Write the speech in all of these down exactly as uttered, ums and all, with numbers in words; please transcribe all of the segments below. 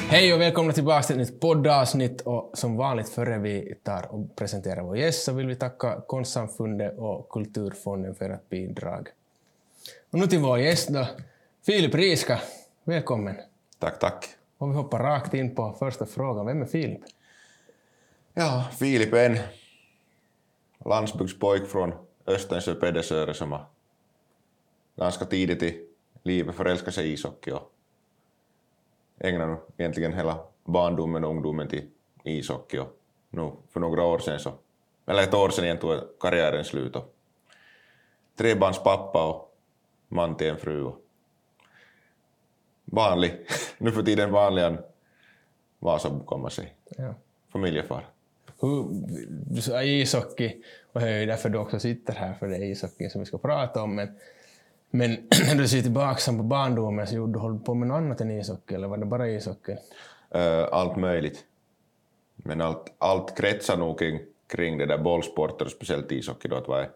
Hej och välkomna tillbaka till ett nytt poddavsnitt, och som vanligt före vi tar och presenterar vår gäst så vill vi tacka Konstsamfundet och Kulturfonden för ett bidrag. Och nu till vår gäst då, Filip Riska. Välkommen. Tack, tack. Och vi hoppar rakt in på första frågan. Vem är Filip? Ja, Filip är en landsbygdspojk från Östensjö Pedersöre som har ganska tidigt i livet förälskat sig i ishockey och ägnar egentligen hela barndomen och ungdomen till ishockey. Och nu för några år sedan, så, eller ett år sedan igen, tog karriären slut. Och trebarnspappa och man till en fru. Och vanlig, nu för tiden vanligen vad som kommer sig. Ja. Familjefar. Hur, du sa ishockey, och det är därför du också sitter här, för det är ishockey som vi ska prata om. Men, men när du ser tillbaka på barndomen, så gjorde du hållit på med något annat än ishockey, eller var det bara ishockey? Uh, allt möjligt. Men allt, allt kretsar nog kring, kring det där bollsporter, speciellt ishockey då, att vara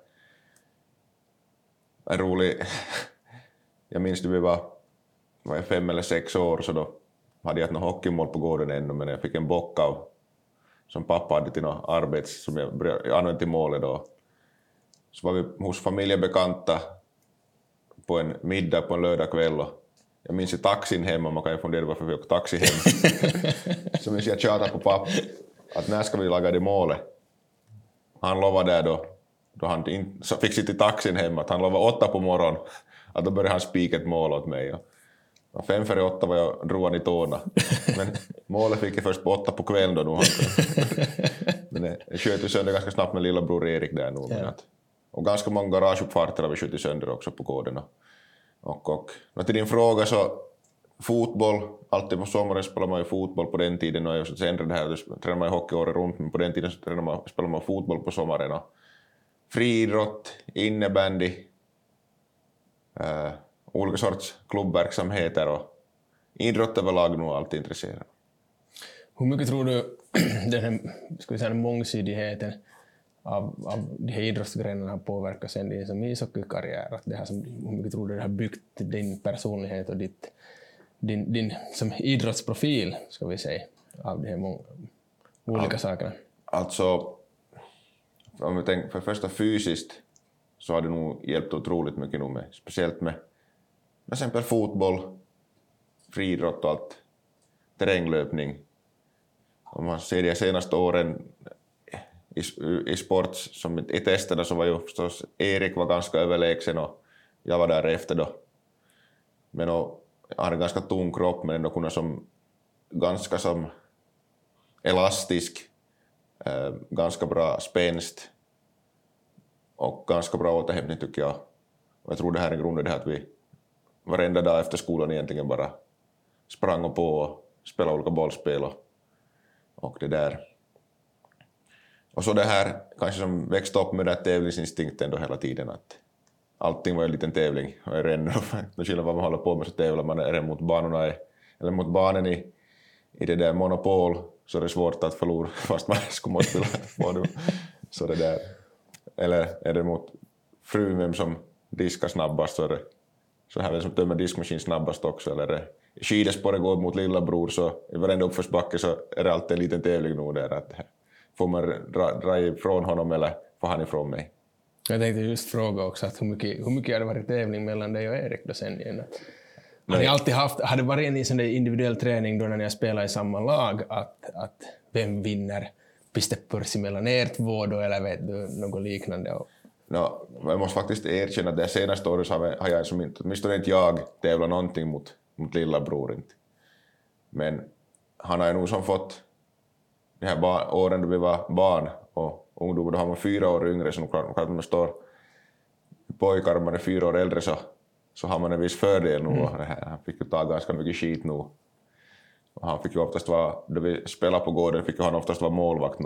en rolig... Jag minns när vi var, var fem eller sex år, så då hade jag ett hockeymål på gården ännu, men jag fick en bock av som pappa hade till något arbets som jag, jag använde till målet då. Så var vi hos familjebekanta på en middag på en lördagkväll, och jag minns i taxin hemma, man kan ju fundera varför vi åkte taxi hem. Så minns jag tjatade på pappa att när ska vi laga det målet. Han lovade där då, då han in, så fick sitta i taxin hemma, att han lovade åtta på morgonen, att då började han spika ett mål åt mig. Och, och fem före åtta var jag drog han i tårna. Men målet fick jag först på åtta på kvällen då. Nu. Men jag sköt ju sönder ganska snabbt med lilla bror Erik där nu. Ja. Att, och ganska många garageuppfarter har vi skjutit sönder också på gården. Och, och, och, och till din fråga, så fotboll, alltid på sommaren spelar man ju fotboll på den tiden, och jag sen det här tränar man ju hockey året runt, men på den tiden så tränar man, spelar man fotboll på sommaren. Och friidrott, innebandy, äh, olika sorts klubbverksamheter och idrott överlag nu alltid intresserad. Hur mycket tror du den här, ska vi säga, mångsidigheten av, av de här idrottsgrenarna har påverkat sen din som ishockeykarriär? Att det här som, hur mycket tror du det har byggt din personlighet och ditt, din, din som idrottsprofil, ska vi säga, av de här många, olika All, sakerna? Alltså, om vi tänker för första fysiskt, så har det nog hjälpt otroligt mycket nu med, speciellt med till exempel fotboll, friidrott och allt, terränglöpning. Om man ser de senaste åren i, i sport, som i testerna, så var ju förstås Erik var ganska överlägsen och jag var där efter då. Men och, jag hade en ganska tung kropp, men ändå kunde som ganska som elastisk, eh, ganska bra spänst och ganska bra återhämtning tycker jag. Och jag tror det här är grunden det här att vi varenda dag efter skolan egentligen bara sprang och på och spelade olika bollspel och, och det där. Och så det här kanske som växte upp med den tävlingsinstinkten då hela tiden, att allting var en liten tävling och jag ränner och skillnad vad man håller på med, så tävlar man är mot banorna eller mot banen i, i det där monopol, så är det svårt att förlora fast man skulle måste spela så det där. Eller är det mot frun vem som diskar snabbast, så är det så här vem som tömmer diskmaskin snabbast också, eller skidespåret går mot lilla bror, så i varenda uppförsbacke så är det alltid en liten tävling nog där, att får man dra, dra ifrån honom eller får han ifrån mig. Jag tänkte just fråga också, att hur mycket, hur mycket har det varit tävling mellan dig och Erik då sen igen? Har ni alltid haft, har det varit en sån där individuell träning då när ni har spelat i samma lag, att, att vem vinner pistepursi mellan er två då, eller vet du, något liknande? No, jag måste faktiskt erkänna att det senaste året har jag, har jag som inte, åtminstone inte jag tävlat någonting mot, mot lilla bror inte. Men han har ju nog som fått de här bar, åren då vi var barn och ungdomar, då har man fyra år yngre, så klart att man står pojkar och man är fyra år äldre, så, så har man en viss fördel nu. Mm. Och det här, han fick ju ta ganska mycket skit nu. Och han fick ju oftast vara, då vi spelade på gården fick ju han oftast vara målvakt nu.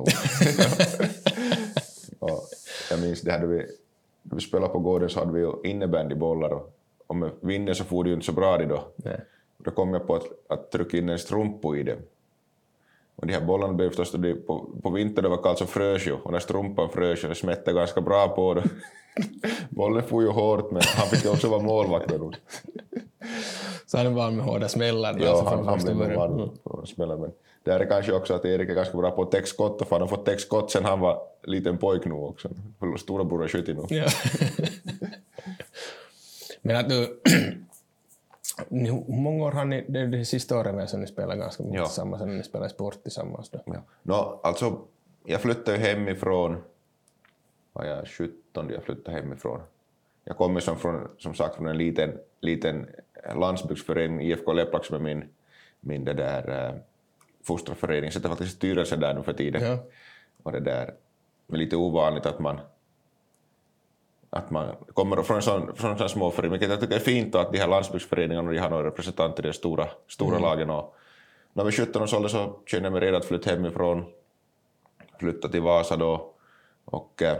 Och jag minns det här, då vi, då vi spelade på gården så hade vi ju innebandybollar, och om vi vinner så får det ju inte så bra det då. Nej. Då kom jag på att, att trycka in en strumpo i dem. Och de här bollarna blev förstås de, på, på vintern det var kallt som frös ju. Och när strumpan frös det smätte ganska bra på det. Bollen får ju hårt men han fick ju också vara målvakt. Så han är van med hårda smällar. Ja, alltså han, han blev nog van med hårda smällar. Men det är kanske också att Erik är ganska bra på att täcka skott. Och han har fått täcka skott sen han var liten pojk nu också. Stora bror är skjutit nu. Ja. Men att du... Hur många år har ni, det är det sista året med som ni spelar ganska mycket ja. tillsammans, när ni spelar sport tillsammans då? Ja. No, alltså, jag flyttade hemifrån, var jag sjutton jag flyttade hemifrån. Jag kommer som, från, som sagt från en liten, liten landsbygdsförening, I F K Leplax med min, min det där äh, fostrarförening, så det är faktiskt styrelsen där nu för tiden. Ja. Och det där är lite ovanligt att man att man kommer från en sån, från en sån småförening, vilket jag tycker är fint att de här landsbygdsföreningarna de har några representanter i de stora, stora mm. lagen. Och när vi sjutton års ålder så känner jag mig redan att flytta hemifrån, flytta till Vasa då. Och äh,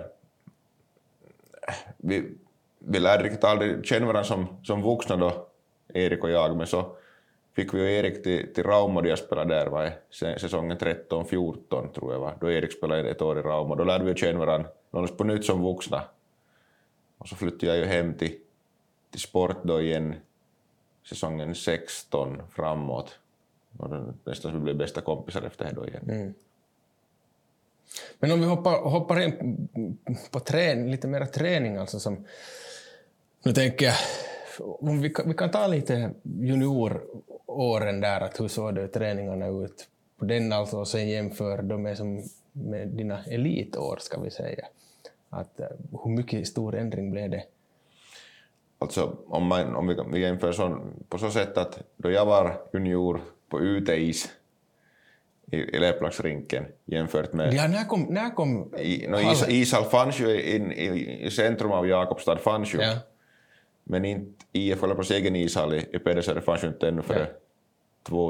vi, vi lärde riktigt aldrig känna varandra som, som vuxna då, Erik och jag, men så fick vi ju Erik till, till Rauma och jag spelade där, var säsongen tretton fjorton tror jag var. Då Erik spelade ett år i Rauma, då lärde vi känna varandra på nytt som vuxna. Och så flyttade jag ju hem till, till sport då igen säsongen sexton framåt. Och då nästan vi blev bästa kompisar efter det då igen. Mm. Men om vi hoppar, hoppar in på träning, lite mer träning alltså som... Nu tänker jag, om vi, kan, vi kan ta lite junioråren där, att hur såg det träningarna ut på den alltså, och sen jämför de med, som, med dina elitår ska vi säga. Att, hur mycket stor ändring blev det? Alltså om, man, om vi, vi jämför så, på så sätt att då jag var junior på uteis i, i Leplaxrinken jämfört med... Ja, när kom... När kom i, no, is, ishall fanns ju in, i, i centrum av Jakobstad fanns ju. Ja. Men inte I F K Leplax egen ishall i, i Pedersen fanns ju inte ännu för ja.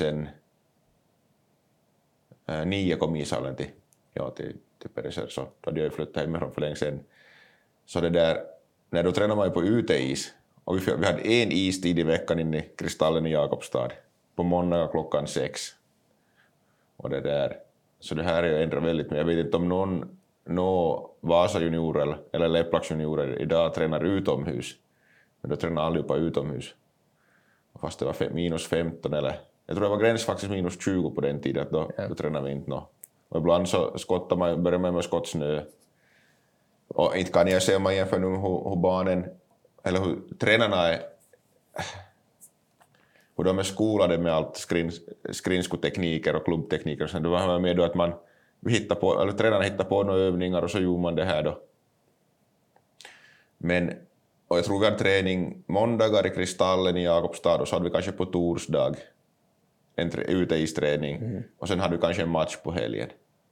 tjugohundranio kom ishallen till, ja, till till Pedersen, så då hade jag flyttat hemifrån för länge sedan. Så det där, när då tränade man ju på uteis, och vi, vi hade en istid i veckan inne i Kristallen i Jakobstad, på måndag klockan sex. Och det där, så det här är ju ändrat väldigt, men jag vet inte om någon, någon Vasa juniorer eller Leplax juniorer idag tränar utomhus. Men då tränar allihopa utomhus. Och fast det var fem, minus femton eller, jag tror det var gräns faktiskt minus tjugo på den tiden, då, ja. Då tränar vi inte något. Och ibland så skottar man, börjar man med skottsnö. Och inte kan jag säga om man jämför nu hur, hur barnen, eller hur tränarna är, hur de är skolade med allt skrins, skrinskotekniker och klubbtekniker. Sen det var med då att man hittar på, eller tränarna hittar på några övningar och så gjorde man det här då. Men, och jag tror vi hade träning måndagar i Kristallen i Jakobstad och så hade vi kanske på torsdag en uteisträning mm. och sen hade du kanske en match på helgen.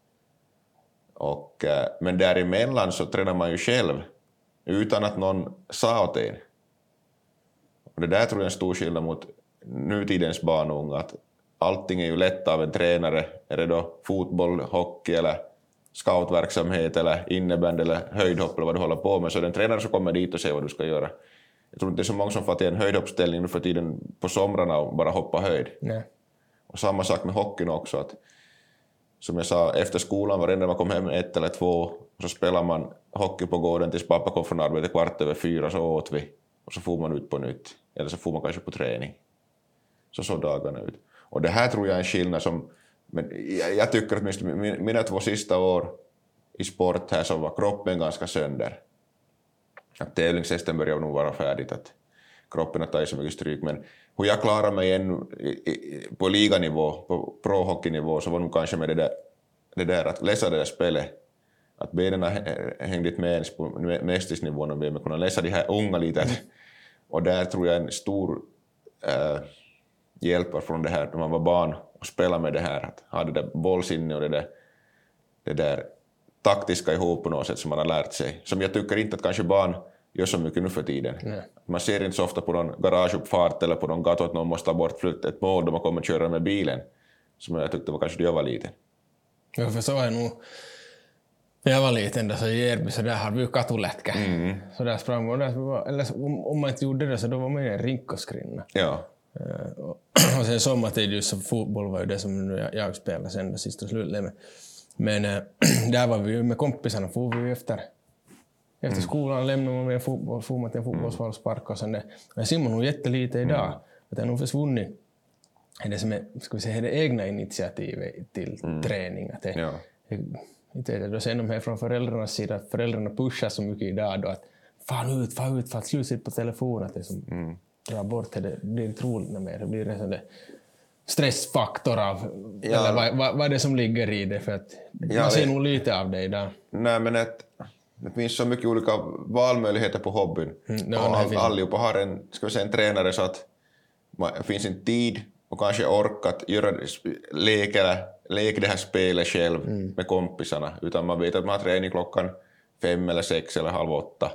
Och, men däremellan så tränar man ju själv utan att någon sa åt en. Och det där tror jag är en stor skillnad mot nutidens barn och unga, att allting är ju lätt av en tränare. Är det då fotboll, hockey eller scoutverksamhet eller innebandy eller höjdhopp eller vad du håller på med, så den tränare som kommer dit och säger vad du ska göra. Jag tror inte det är så många som får till en höjdhoppställning nu för tiden på somrarna och bara hoppa höjd. Nej. Och samma sak med hockeyn också, att som jag sa, efter skolan varenda man kom hem ett eller två och så spelar man hockey på gården tills pappa kom från arbetet kvart över fyra, så åt vi och så får man ut på nytt, eller så får man kanske på träning. Så så dagarna ut. Och det här tror jag är en skillnad som, men jag, jag tycker att mina två sista år i sport här så var kroppen ganska sönder. Att tävlingshästen började nog vara färdigt, att kroppen har tagit så mycket stryk, men hur jag klarar mig ännu på liganivå, på pro-hockeynivå, så var nog kanske med det där, det där att läsa det där spelet, att benen hängde inte med ens på mästisnivån och vi med kunna läsa de här unga lite. Och där tror jag en stor äh, hjälp från det här när man var barn och spela med det här, att ha det där bollsinne och det där, det där taktiska ihop på något sätt som man har lärt sig, som jag tycker inte att kanske barn gör så mycket nu för tiden. Nej. Man ser inte så ofta på någon garageuppfart eller på någon gator att någon måste ta bort flytt ett mål då man kommer köra med bilen, som jag tyckte var kanske då jag var liten. Ja, för så är nog när jag var liten där så i Järby så där hade vi ju katulätkä. Mm. Så där sprang man, där, eller om man inte gjorde det så då var man ju en rink och skrinna. Ja. Uh, och, och sen sommartid just så fotboll var ju det som nu jag, jag spelade sen då sist och slutligen. Men äh, där var vi ju med kompisarna, får vi ju efter efter mm. skolan lämnade man med fotboll, får man till en fotbollspark och sen det. Men Simon nog jättelite idag, mm. att han har försvunnit. Är det som är, ska vi säga, det egna initiativet till mm. träning. Att det, ja. Inte är det då sen de här från föräldrarnas sida, att föräldrarna pushar så mycket idag då att fan ut, fan ut, fan slut sitt på telefon, att det som mm. drar bort det, det blir inte roligt mer, det blir en sån där stressfaktor av, ja. eller vad, vad, vad är det som ligger i det, för att ja, man ser nog lite av det idag. Nej, men ett, det finns så mycket olika valmöjligheter på hobbyn. Mm, och all, allihopa har en, ska vi säga, en tränare så att det finns en tid och kanske ork att göra, leka, leka det här spelet själv mm. med kompisarna, utan man vet att man har träning klockan fem eller sex eller halv åtta.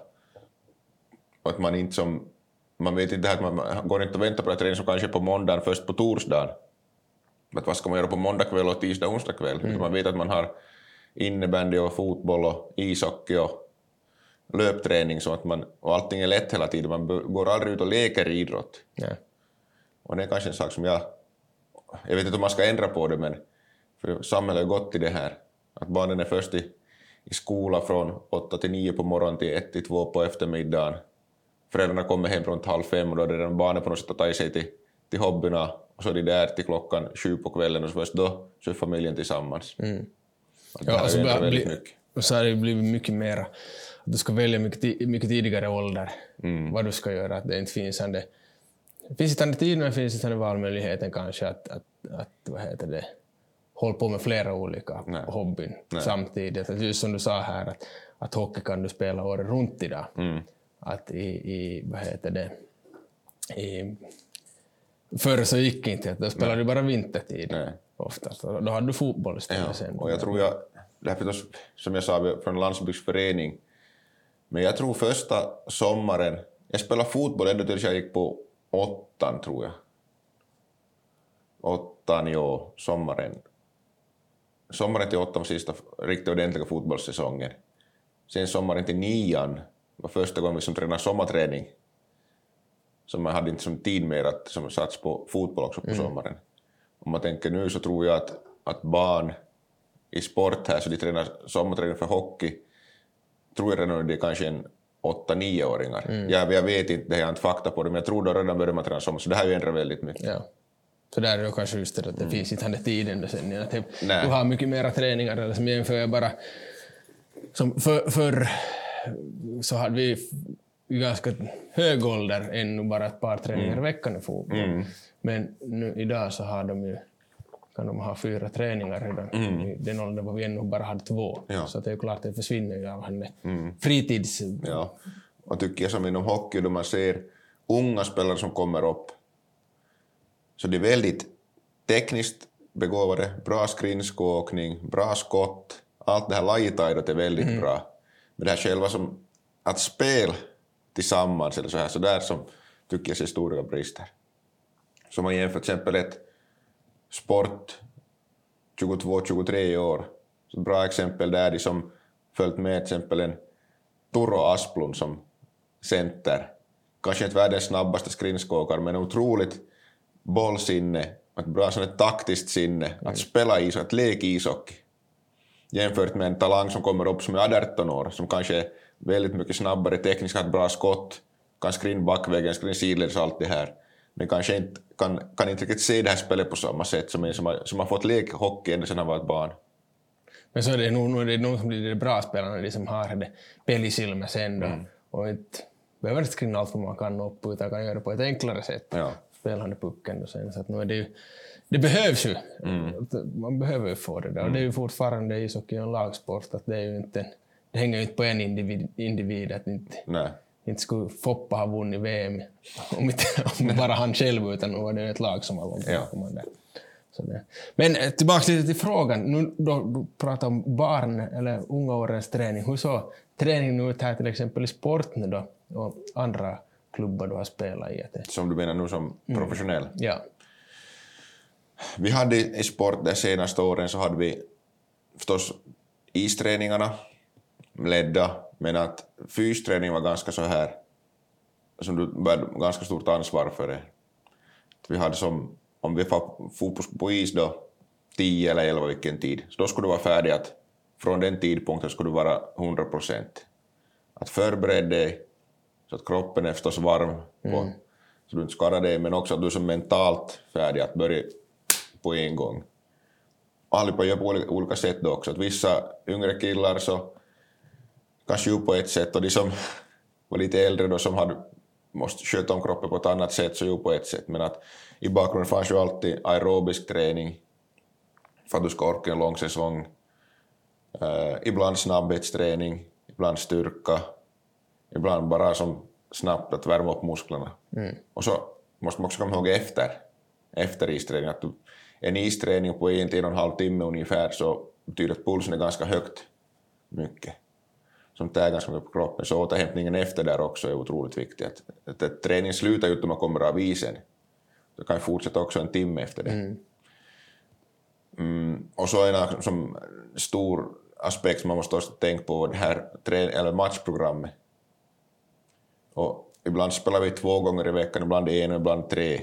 Och att man inte som, man vet inte att man går inte och väntar på att träning som kanske på måndagen, först på torsdagen. Att vad ska man göra på måndag kväll och tisdag, onsdag kväll? Mm. Man vet att man har innebandy och fotboll och ishockey och löpträning, så att man, och allting är lätt hela tiden. Man går aldrig ut och leker idrott. Ja. Och det är kanske en sak som jag, jag vet inte om man ska ändra på det, men för samhället har gått till det här. Att barnen är först i, i skola från åtta till nio på morgonen till ett till två på eftermiddagen. Föräldrarna kommer hem från halv fem och då är det barnen på något sätt att ta sig till, till hobbyna, och så är de där till klockan sju på kvällen och så först då så är familjen tillsammans. Mm. Ja, och så, bli, och så har det blivit mycket mer att du ska välja mycket, mycket tidigare ålder mm. vad du ska göra, att det inte finns en det finns inte en tid, men finns inte en valmöjligheten kanske att, att, att vad heter det, hålla på med flera olika Nej. hobbyn Nej. samtidigt. Att just som du sa här, att, att hockey kan du spela året runt idag. Mm. Att i, i, vad heter det, i, förr så gick inte, att då spelade Nej. du bara vintertid Nej. oftast. Då hade du fotboll istället ja. sen. Och jag tror jag, det här förstås, som jag sa från landsbygdsförening, men jag tror första sommaren, jag spelade fotboll ända tills jag gick på åttan, tror jag. Åttan, jo, sommaren. Sommaren till åttan var sista riktigt ordentliga fotbollssäsongen. Sen sommaren till nian var första gången vi som tränade sommarträning. Så man hade inte som tid mer att som sats på fotboll också på mm. sommaren. Om man tänker nu så tror jag att, att barn i sport här, så de tränar sommarträning för hockey, tror jag redan det är kanske en åtta nio-åringar. Mm. Jag, jag vet inte, det har jag inte fakta på det, men jag tror då redan börjar man träna sommar, så det här ju ändrar väldigt mycket. Ja. Så där är det kanske just det att det mm. finns inte den tiden sen. Att du har mycket mera träningar, eller som jämför bara som för, för så hade vi i ganska hög ålder ännu bara ett par träningar mm. i veckan i fotboll. Mm. Men nu idag så har de ju, kan de ha fyra träningar redan. Mm. I den åldern var vi ännu bara hade två. Ja. Så det är ju klart att det försvinner ju av henne mm. fritids... Ja, och tycker jag som inom hockey då man ser unga spelare som kommer upp, så det är väldigt tekniskt begåvade, bra skridskoåkning, bra skott, allt det här lajtaidot är väldigt mm. bra. Men det här själva som att spela tillsammans eller så här, så där som tycker jag ser stora brister. Som man jämför till exempel ett sport tjugotvå tjugotre år. Så bra exempel där de som följt med till exempel en Turo Asplund som center. Kanske inte världens snabbaste skridskoåkare, men otroligt bollsinne, ett bra sån ett taktiskt sinne, mm. att spela is, att leka ishockey. Jämfört med en talang som kommer upp som är arton år, som kanske är väldigt mycket snabbare, tekniskt har ett bra skott, kan skrinna backvägen, skrinna sidleds, allt det här. Men kanske inte, kan, kan inte riktigt se det här spelet på samma sätt som en som har, som har fått leka hockey ända sedan han var ett barn. Men så är det nog, det är nog som blir det bra spelarna, de som har det pelisilmä sen då. Mm. Och inte behöver inte skrinna allt vad man kan upp, utan kan göra det på ett enklare sätt. Ja. Spelande pucken och sen. Så att nu är det ju, det behövs ju. Mm. Man behöver ju få det där. Mm. Och det är ju fortfarande ishockey en lagsport. Att det, är ju inte, det hänger ju inte på en individ, individ att inte, inte skulle Foppa ha vunnit V M om, inte, om bara han själv, utan nu var det ett lag som har långt bakom ja. där. Så det. Men tillbaka lite till frågan. Nu då du pratar om barn eller unga årens träning. Hur så träningen ut här till exempel i sporten då och andra klubbar du har spelat i? Som du menar nu som mm. professionell? Ja. Vi hade i sport de senaste åren så hade vi förstås isträningarna ledda, men att fysträning var ganska så här som du bär ganska stort ansvar för det. Vi hade som om vi får fokus på is då tio eller elva vilken tid, så då skulle du vara färdig att från den tidpunkten skulle du vara hundra procent. Att förbereda dig så att kroppen är förstås varm på, mm. så du inte skadar dig, men också att du är så mentalt färdig att börja på en gång. Allihopa gör på olika, olika sätt då också. Att vissa yngre killar så kanske ju på ett sätt, och de som var lite äldre då som hade måste sköta om kroppen på ett annat sätt så ju på ett sätt. Men att i bakgrunden fanns ju alltid aerobisk träning för att du ska orka en lång säsong. Uh, ibland snabbhetsträning, ibland styrka, ibland bara som snabbt att värma upp musklerna. Mm. Och så måste man också komma ihåg efter, efter isträning. Att du, en isträning på en till en och en halv timme ungefär så betyder att pulsen är ganska högt mycket. Som tär ganska mycket på kroppen. Så återhämtningen efter där också är otroligt viktig. Att, att, att träningen slutar ut om man kommer av isen. Du kan fortsätta också en timme efter det. Mm. Mm, och så en som stor aspekt som man måste tänka på det här trän- eller matchprogrammet. Och ibland spelar vi två gånger i veckan, ibland en och ibland tre.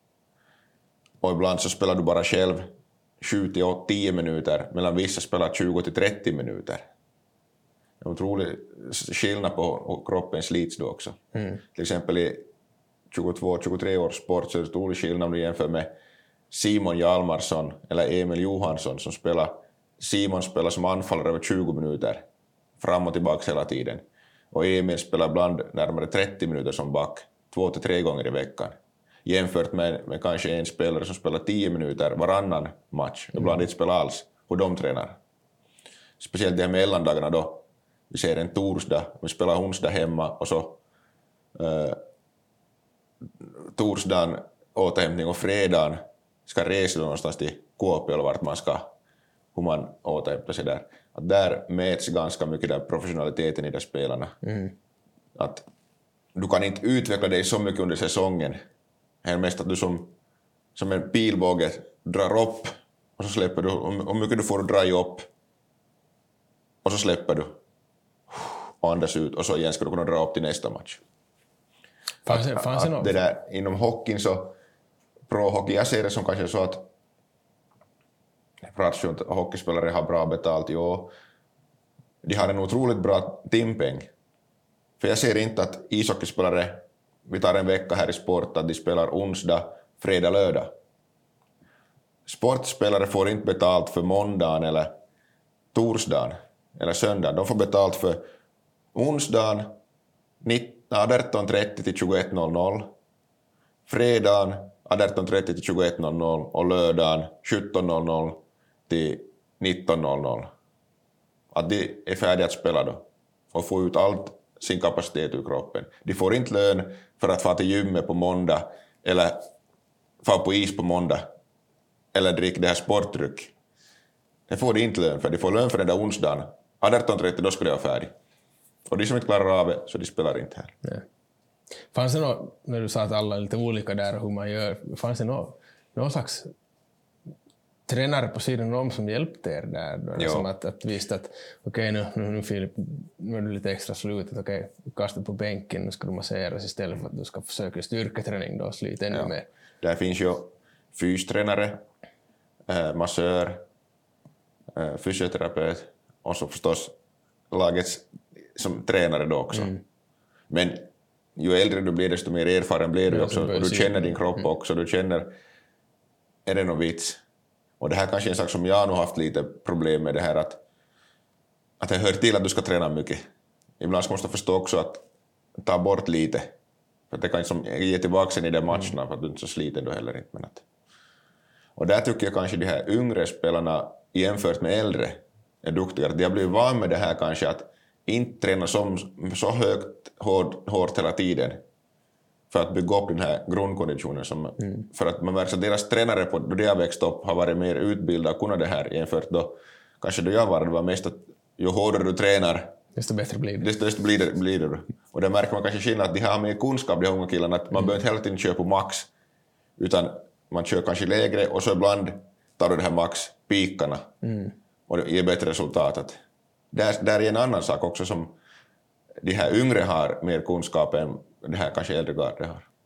Och ibland så spelar du bara själv sju till tio minuter, medan vissa spelar tjugo till trettio minuter. Det är en otrolig skillnad på kroppen slits då också. Mm. Till exempel i tjugotvå till tjugotre års sport så är det otrolig skillnad om du jämför med Simon Hjalmarsson eller Emil Johansson som spelar. Simon spelar som anfallare över tjugo minuter fram och tillbaka hela tiden. Och Emil spelar ibland närmare trettio minuter som back, två till tre gånger i veckan. Jämfört med, med kanske en spelare som spelar tio minuter varannan match, mm. ibland inte spelar alls, hur de tränar. Speciellt de här mellandagarna då. Vi ser en torsdag, vi spelar onsdag hemma och så eh, torsdagen återhämtning och fredagen ska resa någonstans till Kuopio eller vart man ska, hur man återhämtar sig där. Att där mäts ganska mycket den professionaliteten i de spelarna. Mm. Att du kan inte utveckla dig så mycket under säsongen. Det är mest att du som, som en pilbåge drar upp och så släpper du, hur mycket du får dra upp och så släpper du och andas ut och så igen ska du kunna dra upp till nästa match. Fanns det, fanns det att det där, inom hockeyn så pro-hockey, jag ser det som kanske så att jag pratar ju att hockeyspelare har bra betalt, jo. De har en otroligt bra timpeng. För jag ser inte att ishockeyspelare, vi tar en vecka här i sport, att de spelar onsdag, fredag, lördag. Sportspelare får inte betalt för måndagen eller torsdagen eller söndagen. De får betalt för onsdagen arton trettio till tjugoett noll noll, fredagen arton trettio till tjugoett noll noll och lördagen sjutton noll noll till nitton noll noll. Att de är färdiga att spela då och få ut allt sin kapacitet ur kroppen. De får inte lön för att få till gymmet på måndag eller få på is på måndag eller dricka det här sportdryck. Det får de inte lön för. De får lön för den där onsdagen. arton trettio då skulle jag vara färdig. Och de som inte klarar av det så de spelar inte här. Nej. Fanns det något, när du sa att alla är lite olika där och hur man gör, fanns det något, någon slags tränare på sidan om som hjälpte er där? Då, som att, att visste att okej, okay, nu, nu, nu Filip, nu är du lite extra slutet, okej, okay, kasta på bänken, nu ska du masseras istället för att du ska försöka styrketräning då och slita ännu ja. mer. Där finns ju fystränare, äh, massör, äh, fysioterapeut och så förstås lagets som tränare då också. Mm. Men ju äldre du blir desto mer erfaren blir du ja, också och du känner din kropp mm. också, du känner är det någon vits? Och det här kanske är en sak som jag nu haft lite problem med det här att, att det hör till att du ska träna mycket. Ibland måste du förstå också att ta bort lite. För att det kan liksom ge tillbaka sen i de matcherna mm. för att du inte så sliten då heller inte. Men att. Och där tycker jag kanske de här yngre spelarna jämfört med äldre är duktigare. De har blivit van med det här kanske att inte träna som, så högt hårt, hårt hela tiden för att bygga upp den här grundkonditionen. Som, mm. För att man märker att deras tränare på, då de har växt upp har varit mer utbildade och kunnat det här jämfört då kanske då jag var. Det var mest att ju hårdare du tränar desto bättre blir det. Desto bättre blir det, blir det. Och det märker man kanske skillnad att de har mer kunskap, de unga killarna, att man mm. behöver inte hela tiden köra på max utan man kör kanske lägre och så ibland tar du det här max-pikarna mm. och det ger bättre resultat. Att där, där är en annan sak också som de här yngre har mer kunskap än det här kanske äldre garde har.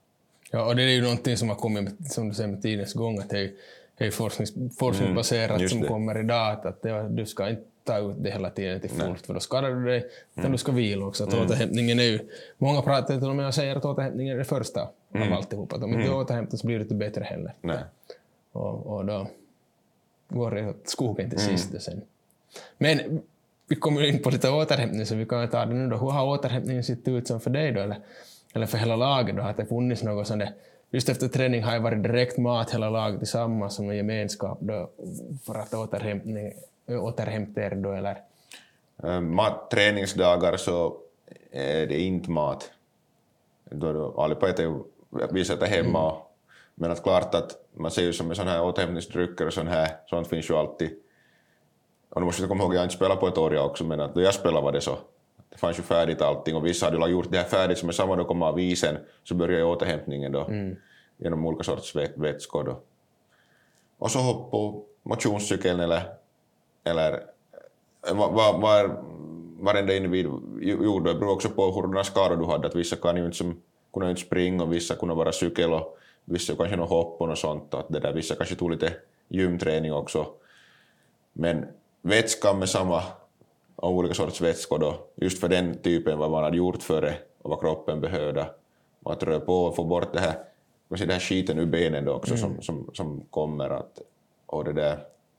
Ja, och det är ju någonting som har kommit, som du säger, med tidens gång, att det är, det är forsknings, forskningsbaserat mm, som det. kommer idag, att, att det, du ska inte ta ut det hela tiden till fullt, Nej. för då skadar du dig, utan mm. du ska vila också. Att mm. återhämtningen är ju, många pratar till och med och säger att återhämtningen är det första mm. av alltihop, att om mm. inte återhämtar så blir det inte bättre heller. Nej. Och, och då går det åt skogen till mm. sist sen. Men vi kommer in på lite återhämtning, så vi kan ta det nu då. Hur har återhämtningen sett ut som för dig då, eller, eller för hela laget då? Att det funnits något sånt där, just efter träning har det varit direkt mat hela laget tillsammans som en gemenskap då, för att återhämtning, återhämta er då, eller? Mat, träningsdagar så är det inte mat. Då allihopa äter, vi sätter hemma, mm. men att klart att man ser ju som med sån här återhämtningsdrycker och sån här, sånt finns ju alltid. Och nu måste jag komma ihåg att jag inte spelar på ett år också, men att då jag spelade var det så. Det fanns ju färdigt allting, och vissa hade ju gjort det här färdigt, som är samma då kommer av isen, så börjar ju återhämtningen då, mm. genom olika sorts vätskor då. Och så hopp på motionscykeln eller, eller var, var, varenda individ gjorde. Det beror också på hurdana skador du hade, att vissa kan ju inte, som, kunna inte springa, och vissa kunde vara cykel, och vissa kanske något hopp och sånt, att det där, vissa kanske tog lite gymträning också. Men vätskan med samma och olika sorts vätskor då, just för den typen vad man hade gjort före och vad kroppen behövde. Och att röra på och få bort det här, man ser det här skiten ur benen då också mm. som, som, som kommer. Att, och det där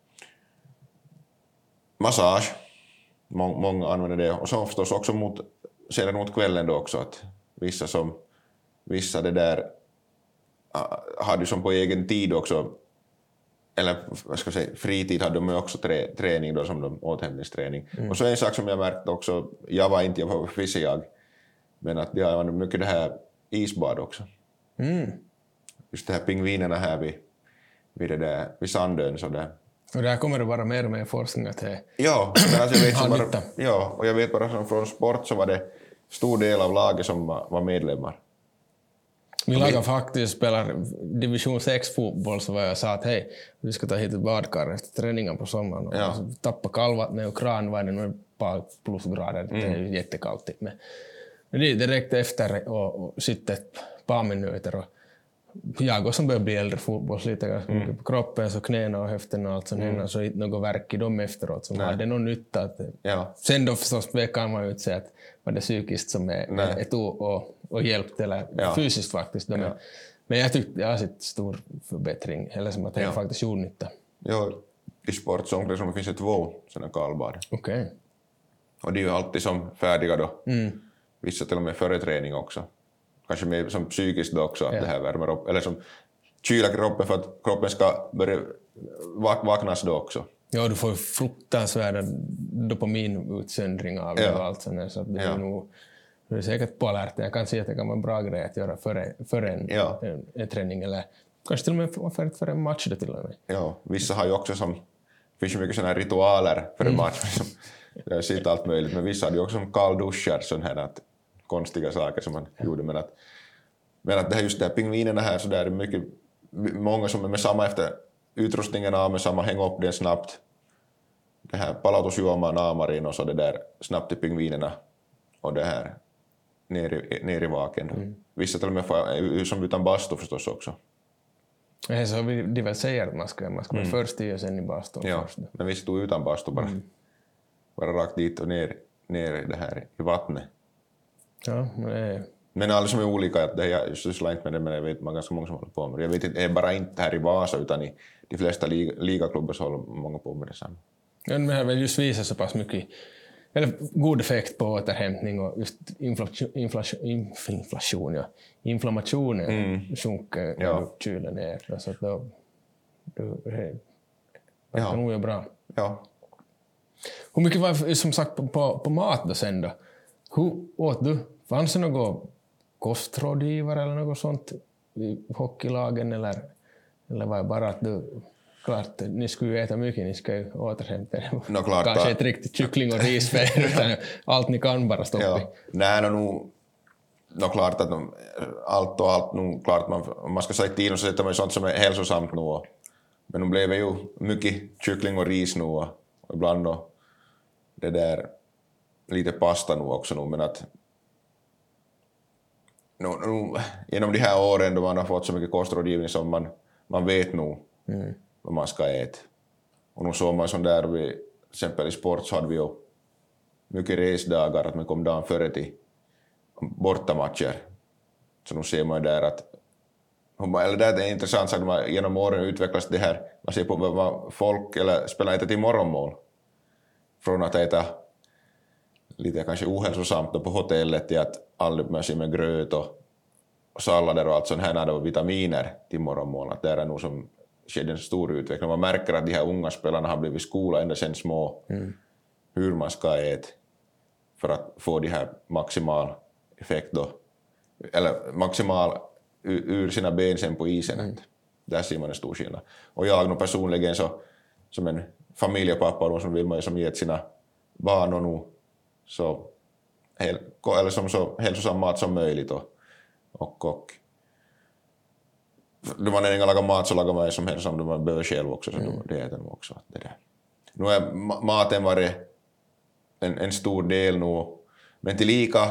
massage, Mång, många använder det. Och så förstås också mot, sedan mot kvällen då också, att vissa som vissa det där hade ju som på egen tid också, eller vad ska jag säga, fritid hade de också trä, träning då, som de återhämtningsträning. Mm. Och så en sak som jag märkte också, jag var inte, jag var fisk jag, men att det har mycket det här isbad också. Mm. Just det här pingvinerna här vid, vid, det där, vid Sandön. Så där. Och där kommer det vara mer och mer forskning att det ja, men alltså jag vet som bara, ja, och jag vet bara som från sport så var det stor del av laget som var, var medlemmar. Min lag faktiskt spelar division sex fotboll, så var jag sa att hej, vi ska ta hit ett badkar efter träningen på sommaren. Och ja. tappa kallvattnet och kranvattnet med ett par plusgrader. Mm. Det är ju jättekallt. Men, men det är direkt efter och, och sitter ett par minuter. Och jag som börjar bli äldre fotbollslite ganska mycket mm. på kroppen, så knäna och höften och allt sånt mm. så inte något verk i dem efteråt som hade någon nytta. Att, ja. Sen då förstås kan man ju inte säga att var det psykiskt som är ett och, och, och hjälpt, eller ja. fysiskt faktiskt. Ja. Men, men jag tyckte jag har sett stor förbättring, eller som att det ja. faktiskt gjorde nytta. Ja, i sportsomklädningsrummet finns det två sådana kallbad. Okej. Okay. Och de är ju alltid som färdiga då. Mm. Vissa till och med före träning också. Kanske mer som psykiskt då också, att ja. det här värmer upp, eller som kyla kroppen för att kroppen ska börja vaknas då också. Ja, du får ju fruktansvärda dopaminutsöndring av ja. det och allt sånt, så att det ja. är nog, du är säkert pålärt. Jag kan se att det kan vara en bra grej att göra före, före en, ja. en, en träning, eller kanske till och med färdigt för en match då till och med. Ja, vissa har ju också som, det finns ju mycket sådana här ritualer för en mm. match, som, jag sitter allt möjligt, men vissa hade ju också som kallduschar, sån här att konstiga saker som man ja. gjorde, men att, men att det här just det här pingvinerna här, så där är mycket, många som är med samma efter utrustningen av, med samma hänga upp den snabbt, det här palautusjuomaan naamariin och så det där snabbt till pingvinerna och det här ner i, ner i vaken. Mm. Vissa till och med får, som utan bastu förstås också. Ja, så vi, de väl säger att man ska, man ska mm. vara först i och sen i bastun. Ja, först. Men vissa stod utan bastu bara, mm. bara rakt dit och ner, ner i det här i vattnet. Ja, men det är... Men alla som är olika, att det jag sysslar inte med det, men jag vet man ganska många som håller på med det. Jag vet inte, det är bara inte här i Vasa, utan i de flesta liga, ligaklubbar så håller många på med det samma. Ja, men det har väl just visat så pass mycket, eller god effekt på återhämtning och just inflation, inflation, inflation ja. inflammationen mm. sjunker när ja. du kyler ner. Så att då, då, det ja. kan nog göra bra. Ja. Hur mycket var som sagt på, på, på mat då sen då? Hur åt du? Fanns det någon kostrådgivare eller något sånt i hockeylagen, eller, eller var det bara att du, klart, ni skulle ju äta mycket, ni ska ju återhämta er. No, klart, kanske ett riktigt kyckling och risfär, utan allt ni kan bara stoppa ja. Nej, no, no, no, klart att no, allt och allt, no, klart man, om man ska säga till och så sätter man sånt som är hälsosamt nu. Men nu blev det ju mycket kyckling och ris nu, och ibland då det där lite pasta nu också nu, men att no, no, genom de här åren då man har fått så mycket kostrådgivning som man, man vet nog mm. vad man ska äta. Och nu såg man sån där, vi, till exempel i sport så hade vi ju mycket resdagar, att man kom dagen före till bortamatcher. Så nu ser man där att, eller det är en intressant sak, man genom åren utvecklas det här, man ser på vad folk eller spelar inte till morgonmål. Från att äta lite kanske ohälsosamt på hotellet till att aldrig med sig med gröt och, och sallader och allt sånt här och vitaminer till morgonmål. Att det är nog som sker en stor utveckling. Man märker att de här unga spelarna har blivit skola ända sedan små. Mm. Hur man ska äta för att få de här maximal effekt då. Eller maximal ur sina ben sen på isen. Mm. Där ser man en stor skillnad. Och jag nog personligen så som en familjepappa då, som vill man ju som gett sina barn och nu så, eller som så hälsosam mat som möjligt och, och, och då man inte lagar mat så lagar man som hälsosam, då man behöver själv också, så mm. det äter man också. Det där. Nu är maten varit en, en stor del nu, men tillika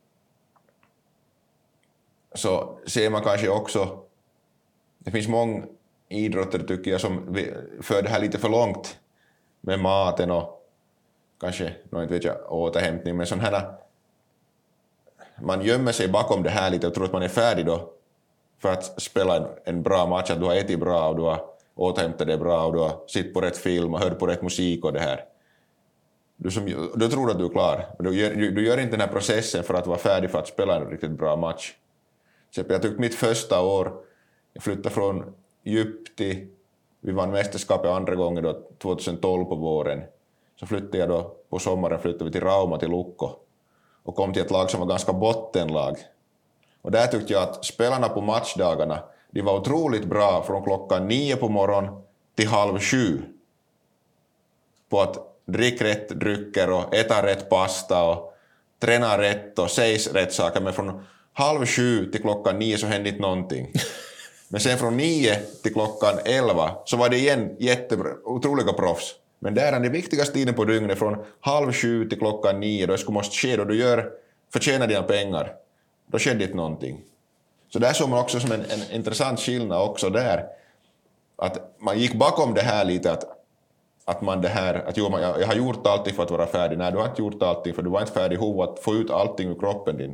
så ser man kanske också, det finns många idrotter tycker jag som för det här lite för långt med maten och kanske, no, inte vet jag, återhämtning, men sån här, man gömmer sig bakom det här lite och tror att man är färdig då för att spela en, en bra match, att du har ätit bra och du har återhämtat dig bra och du har sitt på rätt film och hört på rätt musik och det här. Du, som, du tror att du är klar, men du gör, du gör inte den här processen för att vara färdig för att spela en riktigt bra match. Så jag tyckte mitt första år, jag flyttade från Djup till, vi vann mästerskapet andra gången då, tjugohundratolv på våren. Så flyttade jag då, på sommaren flyttade vi till Rauma till Lukko och kom till ett lag som var ganska bottenlag. Och där tyckte jag att spelarna på matchdagarna, de var otroligt bra från klockan nio på morgon till halv sju. På att dricka rätt drycker och äta rätt pasta och träna rätt och säga rätt saker. Men från halv sju till klockan nio så hände inte någonting. Men sen från nio till klockan elva så var det igen jättebra, otroliga proffs. Men där är den viktigaste tiden på dygnet från halv sju till klockan nio, då det måste ske, då du gör, förtjänar dina pengar. Då skedde inte någonting. Så där såg man också som en, en intressant skillnad också där. Att man gick bakom det här lite att, att man det här, att jo, man, jag, jag har gjort allting för att vara färdig. Nej, du har inte gjort allting för du var inte färdig ihop att få ut allting ur kroppen din.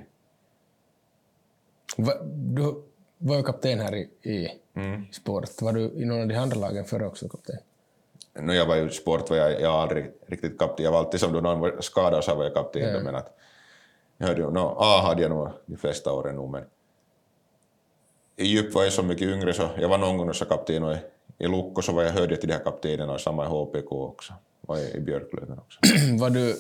Va, du var ju kapten här i, i mm. sport. Var du i någon av de andra lagen före också kapten? No, jag var ju sport, var jag, jag aldrig riktigt kapten. Jag var alltid som då någon var skadad så var jag kapten. Ja. Men att, jag hörde ju, no, A hade jag nog de flesta åren nu, men i Djup var jag så mycket yngre så jag var någon gång så kapten och i, i Lukko så var jag hörde till de här kaptenerna och samma i H P K också. Och i, i Björklöven också. Var du,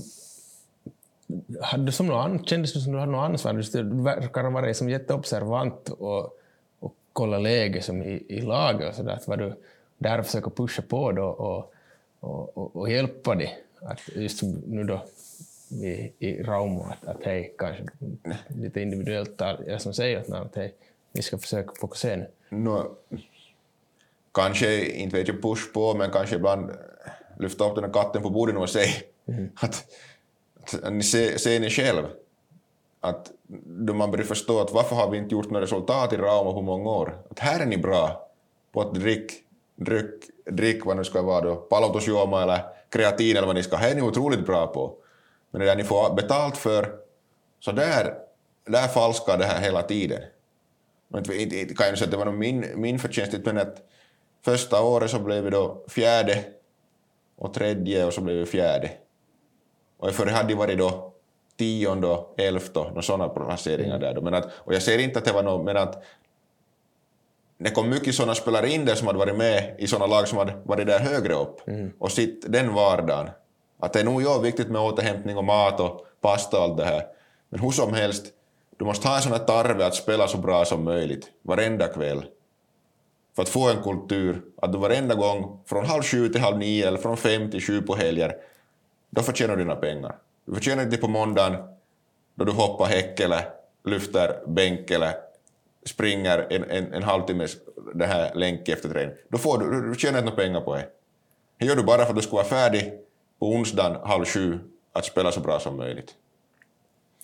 hade du som någon, kändes du som du hade något ansvar? Du verkar ha varit som jätteobservant och, och kolla läge som i, i laget och sådär. Var du där och försöka pusha på då och, och, och, och hjälpa dig? Att just som nu då i, i Rauma att, att hej, kanske lite individuellt jag som säger att, att hej, vi ska försöka fokusera nu. No, kanske inte vet jag push på, men kanske ibland lyfta upp den här katten på bordet och säga mm. att, att ni ser, ser ni själv att då man börjar förstå att varför har vi inte gjort några resultat i Rauma på många år. Att här är ni bra på att drick, dryck, drick vad nu ska vara då, palautusjuoma eller kreatin eller vad ni ska. Här är ni otroligt bra på. Men det där ni får betalt för, så där, där falskar det här hela tiden. Men inte, inte kan jag säga att det var min, min förtjänst, men att första året så blev vi då fjärde och tredje och så blev vi fjärde. Och för det hade varit då tionde och elfte och sådana placeringar där då. Men att, och jag ser inte att det var något, men att det kom mycket sådana spelare in där som hade varit med i sådana lag som hade varit där högre upp mm. och sitt den vardagen. Att det är nog ju viktigt med återhämtning och mat och pasta och allt det här. Men hur som helst, du måste ha en sån här tarve att spela så bra som möjligt varenda kväll. För att få en kultur att du varenda gång från halv sju till halv nio eller från fem till sju på helger, då förtjänar du dina pengar. Du förtjänar inte på måndagen då du hoppar häck eller lyfter bänk eller springer en, en, en halvtimme det här länk efter träning. Då får du, du tjänar inte pengar på det. Det gör du bara för att du ska vara färdig på onsdagen halv sju att spela så bra som möjligt.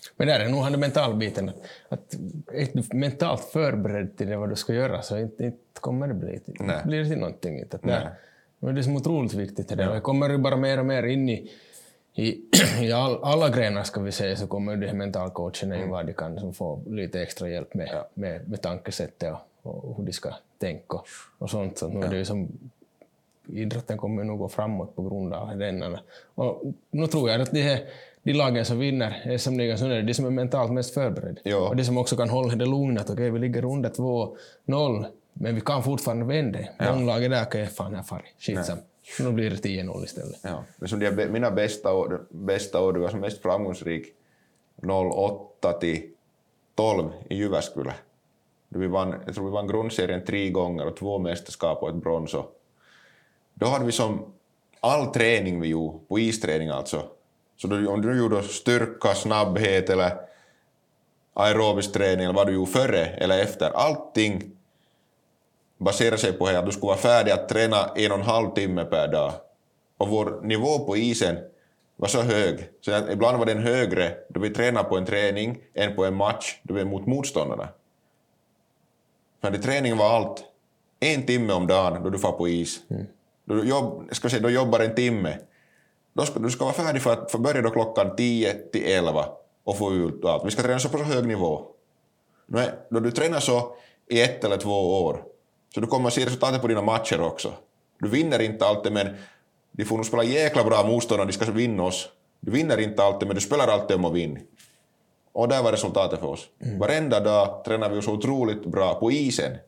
Men där är nog han den mentalbiten. Att, att är du mentalt förberedd till det vad du ska göra så inte, inte kommer det bli till, blir det till någonting. Att där, det är det som är otroligt viktigt. Det. Ja. Det kommer ju bara mer och mer in i, i, i all, alla grenar ska vi säga, så kommer det här mentalcoachen in vad de kan som får lite extra hjälp med, ja. med, med tankesättet och, och hur de ska tänka och, och sånt. Så nu ja. det är som, idrotten kommer nog gå framåt på grund av den. Och nu tror jag att de, här, de lagen som vinner är som är de som är mentalt mest förberedda. Ja. Och de som också kan hålla det lugnet. Okej, vi ligger under två noll, men vi kan fortfarande vända. Ja. Många lag är där, okej, fan här far. Skitsam. Nu blir det tio noll istället. Ja. Men som de, mina bästa år, bästa år, du var som mest framgångsrik noll åtta till tolv i Jyväskylä. Vi vann, jag tror vi vann grundserien tre gånger och två mästerskap och ett brons. Då hade vi som all träning vi gjorde, på isträning alltså. Så då, om du gjorde styrka, snabbhet eller aerobisk träning eller vad du gjorde före eller efter, allting baserar sig på att du skulle vara färdig att träna en och en halv timme per dag. Och vår nivå på isen var så hög, så att ibland var den högre då vi tränade på en träning än på en match då vi är mot motståndarna. För det träningen var allt en timme om dagen då du får på is. Mm. Då, du jobb, ska säga, då jobbar en timme. Då ska, du ska vara färdig för att för börja då klockan tio till elva och få ut allt. Vi ska träna så på så hög nivå. Nej, då du tränar så i ett eller två år så du kommer att se resultatet på dina matcher också. Du vinner inte alltid, men de får nog spela jäkla bra motståndare, de ska vinna oss. Du vinner inte alltid, men du spelar alltid om att vinna. Och där var resultatet för oss. Mm. Varenda dag tränar vi så otroligt bra på isen.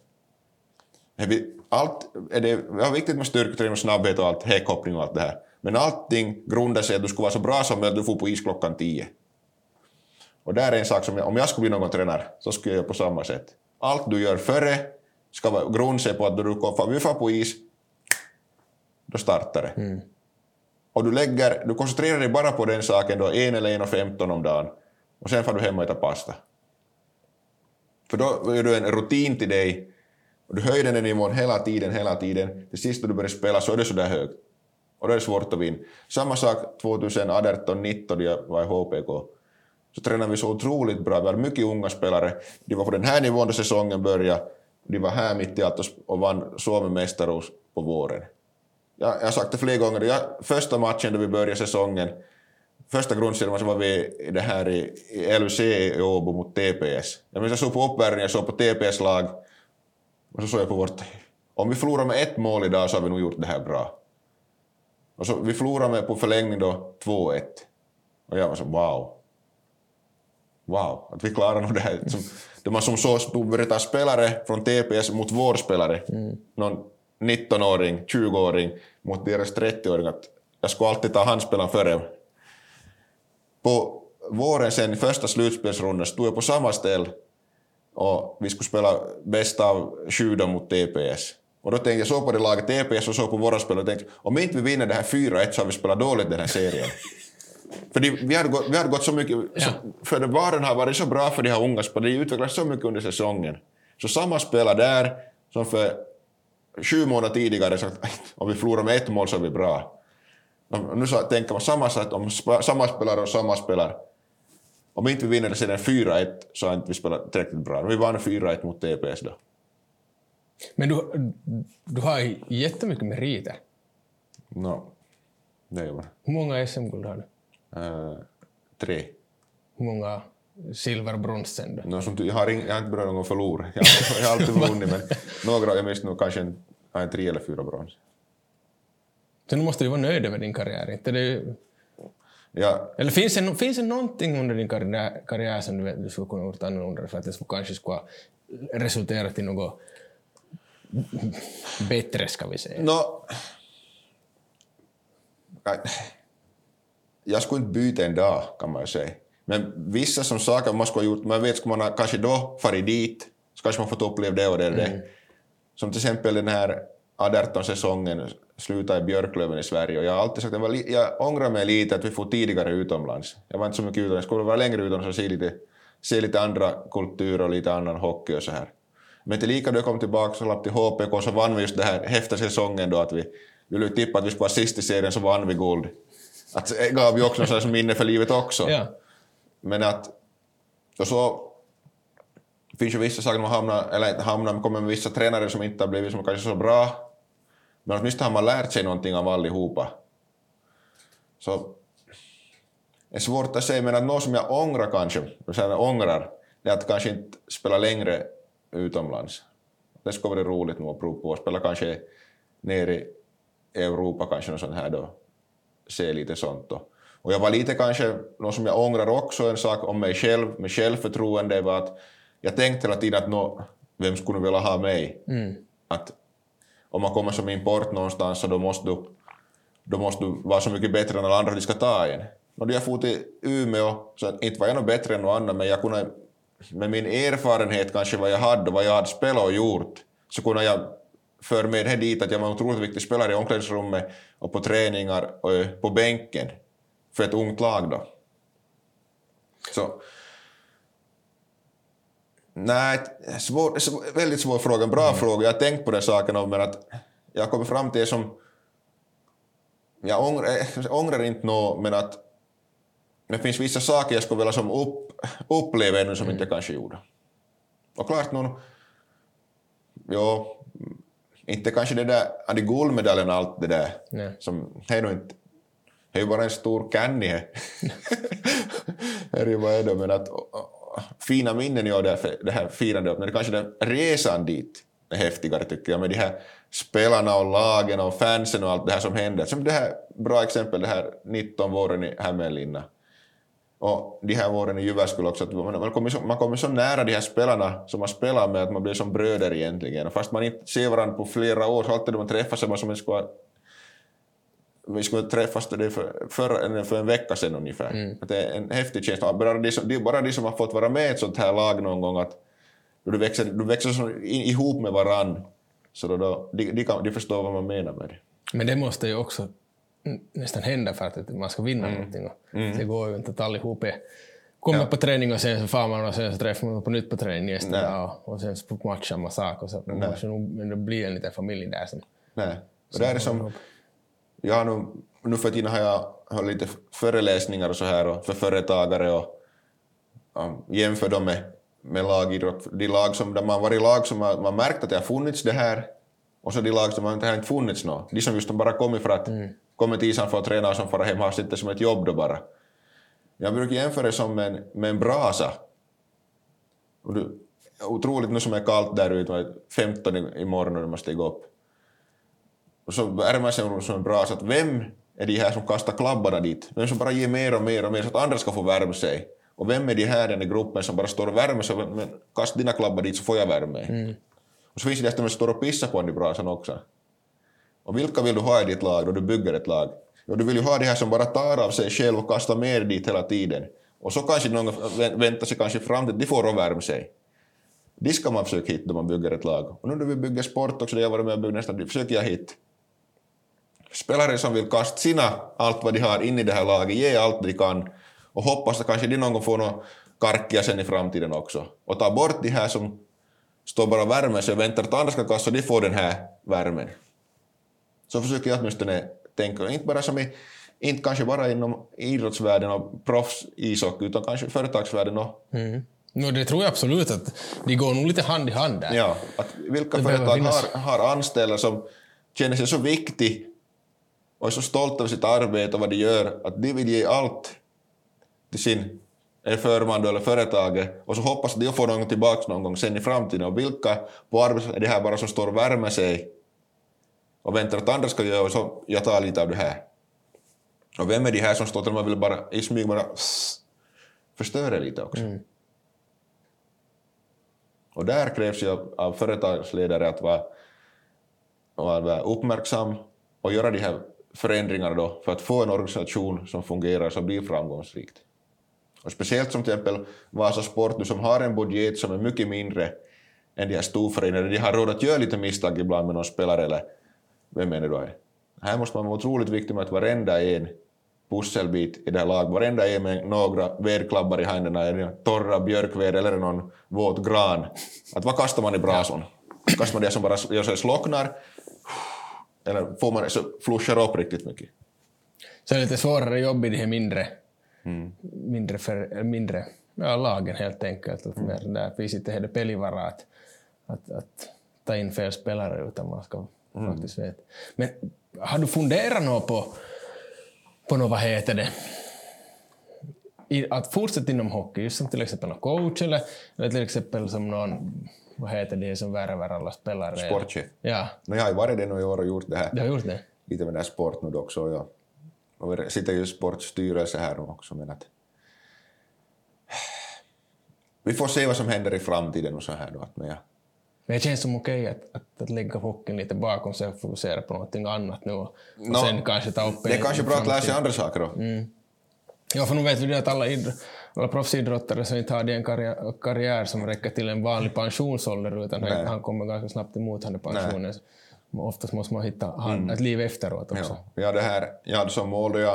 Allt är det är viktigt med styrketräning och snabbhet och allt, häkkoppling och allt det här. Men allting grundar sig att du ska vara så bra som att du får på is klockan tio. Och där är en sak som jag, om jag skulle bli någon tränare så skulle jag göra på samma sätt. Allt du gör före ska vara grund sig på att du får på is, då startar det. Mm. Och du lägger, du koncentrerar dig bara på den saken då en eller en och femton om dagen. Och sen får du hem och äta pasta. För då gör du en rutin till dig. Och du höjer den nivån hela tiden, hela tiden. Till sist när du börjar spela så är det så där högt. Och då är det svårt att vinna. Samma sak tjugoarton nitton jag var i H P K. Så tränade vi så otroligt bra. Vi hade mycket unga spelare. De var på den här nivån då säsongen började. De var här mitt i allt och vann Suomen mästare på våren. Jag, jag har sagt det flera gånger. Jag, första matchen då vi började säsongen. Första grundserien så var vi i det här i, i L U C i Åbo mot T P S. Jag minns jag såg på uppvärmningen, jag såg på T P S-lag. Och så såg jag på vårt... Om vi förlorar med ett mål idag så har vi nog gjort det här bra. Och så vi förlorar med på förlängning då två ett. Och jag var så wow. Wow, att vi klarar nog det här. Som, de har som så börjat ta spelare från T P S mot vår spelare. Mm. Någon nittonåring, tjugoåring mot deras trettioåring. Att jag skulle alltid ta handspelaren före. På våren sen i första slutspelsrundan stod jag på samma ställ. Och vi skulle spela bäst av sju mot T P S. Och då tänkte jag så på det laget T P S och så på våra spel och tänkte om inte vi vinner det här fyra ett så har vi spelat dåligt den här serien. För de, vi, hade gått, vi hade gått så mycket, ja. så, för varen har varit så bra för de här unga spelarna, de utvecklats så mycket under säsongen. Så samma spelare där som för sju månader tidigare sagt om vi förlorar med ett mål så är vi bra. Och nu så tänker man samma sätt om sp- samma spelare och samma spelare. Om inte vi vinner sedan fyra ett så har inte vi spelat tillräckligt bra. Vi vann fyra ett mot T P S då. Men du, du har jättemycket meriter. No, det är bra. Hur många S M-guld har du? Uh, tre. Hur många silver och brons sen då? No, som du, jag, har ing, jag har inte börjat någon gång förlora. Jag, jag har alltid vunnit, men några, jag minns nog kanske en, en tre eller fyra brons. Så nu måste du vara nöjd med din karriär, inte det? Ja. Eller finns det, finns det någonting under din karriär, karriär som du vet du skulle kunna gjort annorlunda för att det skulle kanske skulle resultera till något bättre, ska vi säga? No, jag skulle inte byta en dag, kan man säga. Men vissa som saker man skulle ha gjort, man vet ska man kanske då farit dit, så kanske man fått uppleva det och det och det. Mm. Som till exempel den här arton-säsongen slutade i Björklöven i Sverige. Och jag har alltid sagt att jag, li- jag ångrar mig lite att vi får tidigare utomlands. Jag var inte så mycket utomlands. Jag skulle vara längre utomlands och se lite, se lite andra kulturer och lite annan hockey och så här. Men till lika då jag kom tillbaka så lapp till H P K så vann vi just det här häftiga säsongen då att vi ville tippa att vi skulle vara sist i serien så vann vi guld. Att det gav ju också något minne för livet också. Ja. Men att Och så finns ju vissa saker man hamnar, eller inte hamnar, men kommer med vissa tränare som inte har blivit som kanske så bra. Men åtminstone har man lärt sig någonting av allihopa. Så det är svårt att säga, men att något som jag ångrar kanske, jag ångrar, det är att kanske inte spela längre utomlands. Det skulle vara roligt nog att prova på att spela kanske nere i Europa, kanske något sånt här då. Se lite sånt då. Och jag var lite kanske, något som jag ångrar också, en sak om mig själv, med självförtroende, var att jag tänkte hela tiden att nå, vem skulle vilja ha mig? Mm. Att om man kommer som import någonstans så då måste du, då måste du vara så mycket bättre än alla andra de ska ta en. Och då jag for till Umeå, så inte var jag nog bättre än någon annan, men jag kunde, med min erfarenhet kanske vad jag hade och vad jag hade spelat och gjort, så kunde jag föra med det dit att jag var en otroligt viktig spelare i omklädningsrummet och på träningar och på bänken för ett ungt lag då. Så nej, svår, väldigt svår fråga, en bra mm. fråga. Jag har tänkt på den saken, men att jag kommer fram till det som jag ångrar, jag ångrar inte något, men att det finns vissa saker jag skulle vilja som upp, uppleva ännu som mm. inte jag kanske gjorde. Och klart någon, ja, inte kanske det där, de guldmedaljen och allt det där, nej. Som, det är nog inte, det är ju bara en stor canny. Det är ju vad är det, men att fina minnen i det här, det här firandet, men det kanske den resan dit är häftigare tycker jag, med de här spelarna och lagen och fansen och allt det här som händer. Som det här, bra exempel, det här nitton våren i Hämeenlinna. Och de här våren i Jyväskylä också, att man kommer, så, man kommer så nära de här spelarna som man spelar med att man blir som bröder egentligen. Och fast man inte ser varandra på flera år, så alltid när man träffas som man skulle vi skulle träffas det för, för, för en vecka sedan ungefär. Mm. Att det är en häftig känsla. Bara de, som, de, bara de som har fått vara med i ett sånt här lag någon gång, att du växer, du växer så in, ihop med varann. Så då, då, de, de, kan, de förstår vad man menar med det. Men det måste ju också nästan hända för att man ska vinna mm. någonting. Och mm. det går ju inte att allihop är, kommer ja. på träning och sen så far man och sen så träffar man på nytt på träning nästa Nej. dag. Och sen så på match samma sak. Och så måste nog, det blir en liten familj där som... Nej, och det är det som... Jag har nu, nu för tiden har jag har lite föreläsningar och så här och för företagare och um, jämför dem med, med lagidrott. De lag som, där man varit lag som har, man märkt att det har funnits det här, och så de lag som inte har inte funnits något. De som just bara kommit för att mm. kommit till Isan för att träna och som fara hem har sitter som ett jobb då bara. Jag brukar jämföra det som en, med en brasa. Och det, otroligt nu som är kallt där ute, femton i, i morgon när man stiger upp. Och så värmer sig som en brasa, att vem är de här som kastar klabbarna dit? Vem som bara ger mer och mer och mer så att andra ska få värma sig? Och vem är de här i den gruppen som bara står och värmer sig? Men kasta dina klabbar dit så får jag värme. Mm. Och så finns det som står och pissar på den i brasan också. Och vilka vill du ha i ditt lag då du bygger ett lag? Jo, du vill ju ha de här som bara tar av sig själv och kastar mer dit hela tiden. Och så kanske någon väntar sig kanske fram till att de får värma sig. Det ska man försöka hitta då man bygger ett lag. Och nu när vi bygger sport också, det jag varit med och bygger nästan, det försöker jag hitta spelare som vill kasta sina allt vad de har in i det här laget, ge allt de kan och hoppas att kanske de någon gång får någon karkia sen i framtiden också. Och ta bort de här som står bara och värmer sig och väntar att andra ska kasta så de får den här värmen. Så försöker jag åtminstone tänka, inte bara som i, inte kanske bara inom idrottsvärlden och proffs-ishockey utan kanske företagsvärlden och... Mm. No, det tror jag absolut att de går nog lite hand i hand där. Ja, att vilka det företag har, har anställda som känner sig så viktig och är så stolt över sitt arbete och vad de gör, att de vill ge allt till sin förman eller företaget och så hoppas de får något tillbaka någon gång sen i framtiden. Och vilka på arbetet är det här bara som står och värmer sig och väntar att andra ska göra och så jag tar lite av det här. Och vem är de här som står och man vill bara i smyg bara förstöra lite också. Mm. Och där krävs ju av, av företagsledare att vara, att vara uppmärksam och göra de här förändringarna då för att få en organisation som fungerar som blir framgångsrikt. Och speciellt som till exempel Vasa Sport som har en budget som är mycket mindre än de här storföreningarna. De har råd att göra lite misstag ibland med någon spelare eller vem är det då är. Här måste man vara otroligt viktig med att varenda en pusselbit i det här laget, varenda en med några vedklabbar i händerna, en torra björkved eller någon våt gran. Att vad kastar man i brasan? Kastar man det som bara gör sig slocknar? Eller får man så flushar upp riktigt mycket? Så är det lite svårare jobb i de här mindre, mm. mindre, för, mindre Ja, lagen helt enkelt. Att mm. mer där finns inte heller pelivara att, att, att ta in fel spelare utan man ska mm. faktiskt veta. Men har du funderat något på, på något, vad heter det? I, att fortsätta inom hockey, just som till exempel någon coach eller, eller till exempel som någon, vad heter det som värvar alla spelare? Sportchef. Ja. No, jag har varit det nu i år och gjort det här. Du har gjort det? Lite med det här sport nu också. Ja. Och jag sitter ju i sportstyrelse här också. Men att vi får se vad som händer i framtiden och så här då. Att men, ja. Men det känns som okej att, att, att lägga hockeyn lite bakom sig och fokusera på någonting annat nu. Och no, sen kanske ta upp det är kanske bra att lära sig andra saker då. Mm. Ja, för nu vet vi det att alla, idr- alla proffsidrottare som inte har en karriär, karriär som räcker till en vanlig pensionsålder utan han, han kommer ganska snabbt emot han pensionen. Oftast måste man hitta mm. ett liv efteråt också. Ja, ja, det här, jag hade som mål då jag,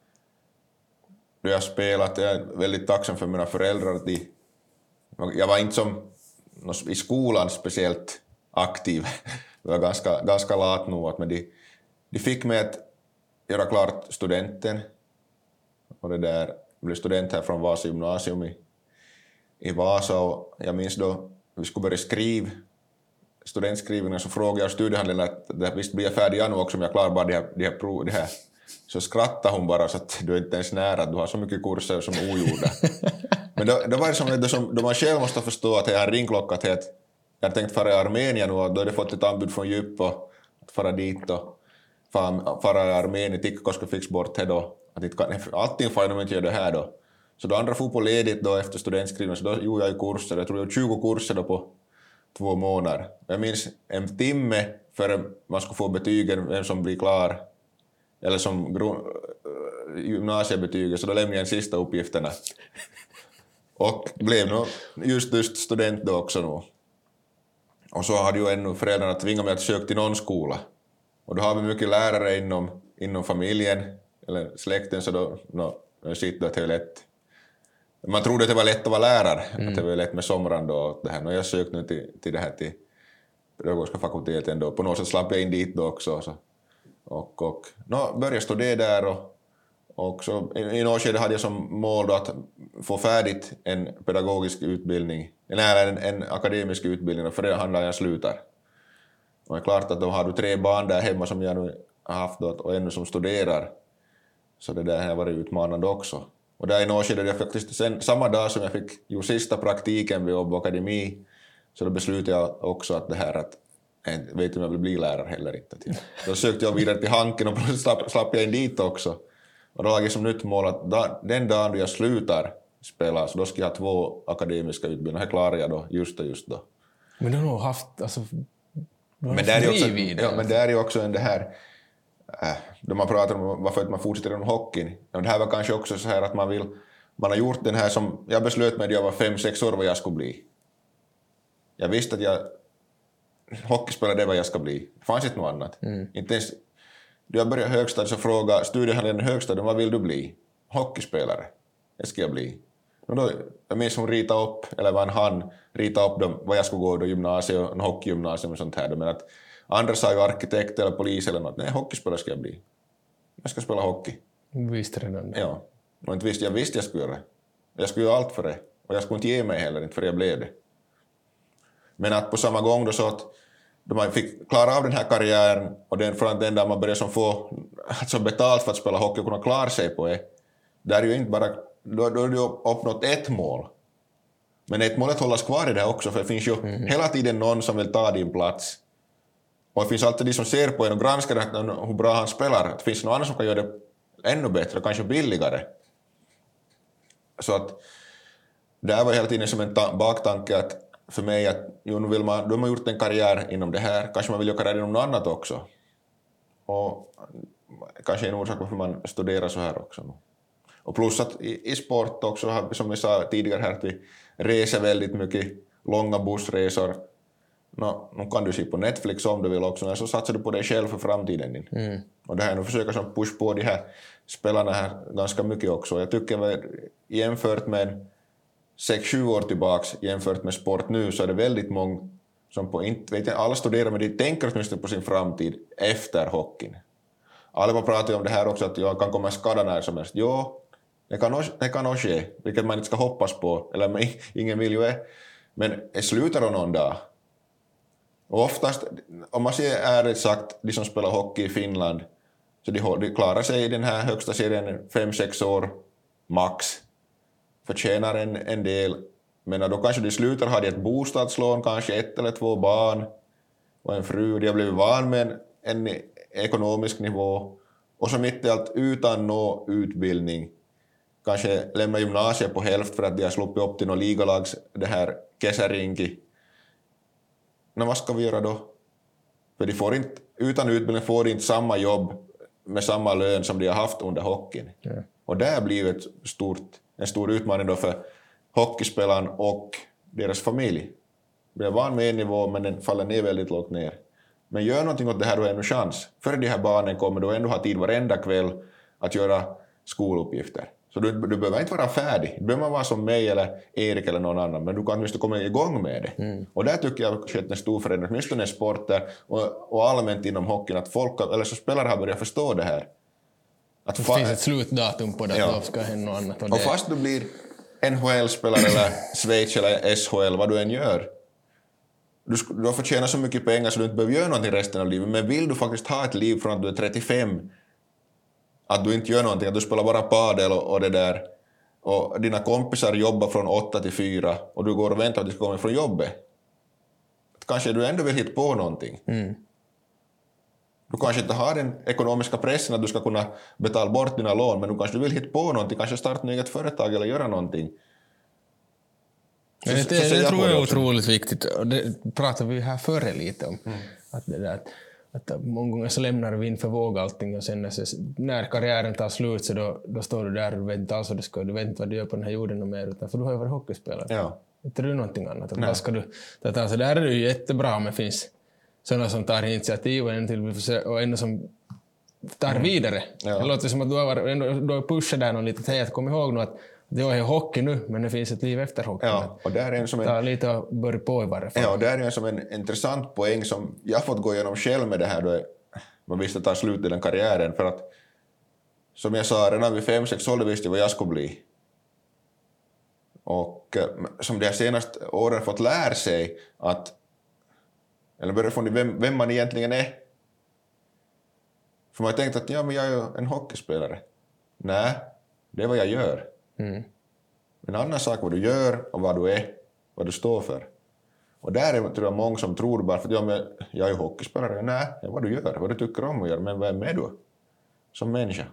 då jag spelat, jag är väldigt tacksam för mina föräldrar. De, jag var inte som i skolan speciellt aktiv. Jag var ganska, ganska lat nu, men de, de fick mig att göra klart studenten. Och det där, jag blev student här från Vasa gymnasium i, i Vasa och jag minns då vi skulle börja skriva studentskrivningen så frågade jag studiehandledaren att det, visst blir jag färdig nu också om jag klarar bara de här, de här prov, de här. Så skrattade hon bara så att du är inte ens nära att du har så mycket kurser som är ogjorda. Men då, då var det som, det som då man själv måste förstå att jag har en ringklocka till att jag har tänkt fara i Armenien och då har jag fått ett anbud från Djup och att fara dit och fara, fara i Armenien, Tikkakoska fick bort det då. Att inte kan, allting får jag inte göra det här då. Så då andra fotboll ledigt då efter studentskrivningen så då gjorde jag ju kurser. Jag tror jag tjugo kurser då på två månader. Jag minns en timme före man skulle få betygen, vem som blir klar. Eller som grund, gymnasiebetyget, så då lämnade jag en sista uppgifterna. Och blev nog just, just student då också nu. Och så hade ju ännu föräldrarna tvingat mig att söka till någon skola. Och då har vi mycket lärare inom, inom familjen eller släkten, så då no, sitter det lätt. Man trodde att det var lätt att vara lärare, mm. att det var lätt med somran då och det här. Och jag sökte nu till, till det här till pedagogiska fakulteten då. På något sätt slapp jag in dit då också. Så. Och, och no, började studera där och, och så i något skede hade jag som mål då att få färdigt en pedagogisk utbildning, eller en, en akademisk utbildning, för det handlar jag slutar. Och det är klart att då har du tre barn där hemma som jag nu har haft då, och ännu som studerar. Så det där har varit utmanande också. Och där i något skede, jag faktiskt sen, samma dag som jag fick ju sista praktiken vid Åbo Akademi, så då beslutade jag också att det här att jag vet inte om jag vill bli lärare heller inte. Då sökte jag vidare till Hanken och slapp, slapp jag in dit också. Och då har jag som nytt mål att da, den dagen då jag slutar spela så då ska jag ha två akademiska utbildningar. Det klarar jag då just och just då. Men du har nog haft, alltså, du har men, haft där också, vid ja, men det är ju också en det här, äh, då man pratar om varför man fortsätter inom hockeyn. Ja, det här var kanske också så här att man vill, man har gjort den här som, jag beslöt mig när jag var fem, sex år vad jag skulle bli. Jag visste att jag hockeyspelare, det är vad jag ska bli. Det fanns inte något annat. Mm. Inte ens, då jag började högstadiet så frågade studiehandledaren högstadiet, vad vill du bli? Hockeyspelare. Det ska jag bli. Och då, jag minns hon ritade upp, eller var en han ritade upp dem, vad jag skulle gå då, gymnasium, en hockeygymnasium och sånt här. Men att andra sa ju arkitekt eller polis eller något. Nej, hockeyspelare ska jag bli. Jag ska spela hockey. Visste redan det. Ja. Och inte visste, jag visste jag skulle göra det. Jag skulle göra allt för det. Och jag skulle inte ge mig heller, inte för jag blev det. Men att på samma gång då så att då man fick klara av den här karriären och den, från den där man började som få alltså betalt för att spela hockey och kunna klara sig på det, där är ju inte bara, då, då har du uppnått ett mål. Men ett målet hållas kvar i det också, för det finns ju mm. hela tiden någon som vill ta din plats. Och det finns alltid de som ser på en och granskar hur bra han spelar. Det finns någon annan som kan göra det ännu bättre och kanske billigare. Så att det var hela tiden som en ta- baktanke att för mig att jo, nu vill man, då har man gjort en karriär inom det här, kanske man vill göra karriär inom något annat också. Och kanske en orsak varför man studerar så här också. Och plus att i, i sport också, som vi sa tidigare här, att vi reser väldigt mycket, långa bussresor. No, nu kan du se på Netflix om du vill också, men så satsar du på dig själv för framtiden din. Mm. Och det här nu försöker som push på de här spelarna här ganska mycket också. Jag tycker att jämfört med sex sju år tillbaks jämfört med sport nu så är det väldigt många som på inte vet jag, alla studerar men de tänker åtminstone på sin framtid efter hockeyn. Alla pratar om det här också att jag kan komma skada när som helst. Jo, Det kan, också, det kan också ske, vilket man inte ska hoppas på, eller men, ingen vill ju är. Men det slutar då någon dag. Och oftast, om man ser ärligt sagt, de som spelar hockey i Finland, så de, de klarar sig i den här högsta serien fem sex år max. Förtjänar en, en del. Men då kanske de slutar, har de ett bostadslån, kanske ett eller två barn och en fru. De har blivit van med en, en ekonomisk nivå. Och så mitt i allt utan nå utbildning. Kanske lämna gymnasiet på hälft för att de har sluppit upp till någon ligalags, det här Kesärinki. Men vad ska vi göra då? För de får inte, utan utbildning får de inte samma jobb med samma lön som de har haft under hockeyn. Ja. Och där blir ett stort, en stor utmaning då för hockeyspelaren och deras familj. De är van med en nivå men den faller ner väldigt lågt ner. Men gör någonting åt det här, då är en chans. För de här barnen kommer du ändå ha tid varenda kväll att göra skoluppgifter. Så du, du behöver inte vara färdig. Du behöver vara som mig eller Erik eller någon annan. Men du kan just komma igång med det. Mm. Och där tycker jag att en stor förändring. Åtminstone sporter och, och allmänt inom hockeyn. Att folk, eller så spelare har börjat förstå det här. Att det fa- finns ett slutdatum på det. Ja. Att då ska hända något annat. Och, och fast du blir N H L-spelare eller Schweiz eller S H L, vad du än gör. Du, du har förtjänat så mycket pengar så du inte behöver göra någonting resten av livet. Men vill du faktiskt ha ett liv från att du är trettiofem, att du inte gör någonting, att du spelar bara padel och, och det där, och dina kompisar jobbar från åtta till fyra och du går och väntar att du ska komma från jobbet. Kanske du ändå vill hitta på någonting. Mm. Du kanske inte har den ekonomiska pressen att du ska kunna betala bort dina lån, men du kanske vill hitta på någonting, kanske starta eget företag eller göra någonting. Så, det, det, det, det tror jag är otroligt viktigt, och det pratade vi här före lite om. Mm. Att det där, att många gånger så lämnar du in för våg allting och sen när, när karriären tar slut så då, då står du där och du vet inte alls vad du ska, du vet inte vad du gör på den här jorden och mer, utan för du har ju varit hockeyspelare. Ja. Inte du någonting annat. Vad ska du, alltså där är det ju jättebra om det finns sådana som tar initiativ och en till och en som tar mm. vidare. Ja. Det låter som att du har, varit, du har pushat där någon lite, att kom ihåg nu att det är hockey nu, men det finns ett liv efter hockey. Ja, och där är en som en, ta lite och börja på i varje fall. Ja, och där är en som en intressant poäng som jag har fått gå igenom själv med det här då man visste ta slut i den karriären, för att som jag sa, redan vid fem sex ålder visste jag vad jag skulle bli. Och som de senaste åren fått lära sig att, eller börja från vem, vem man egentligen är. För man har tänkt att ja, men jag är ju en hockeyspelare. Nej, det är vad jag gör. Mm. En annan sak vad du gör och vad du är, vad du står för. Och där är tror jag många som tror bara för att ja, men jag är hockeyspelare. Nej, det är vad du gör, vad du tycker om att göra, men vem är du som människa?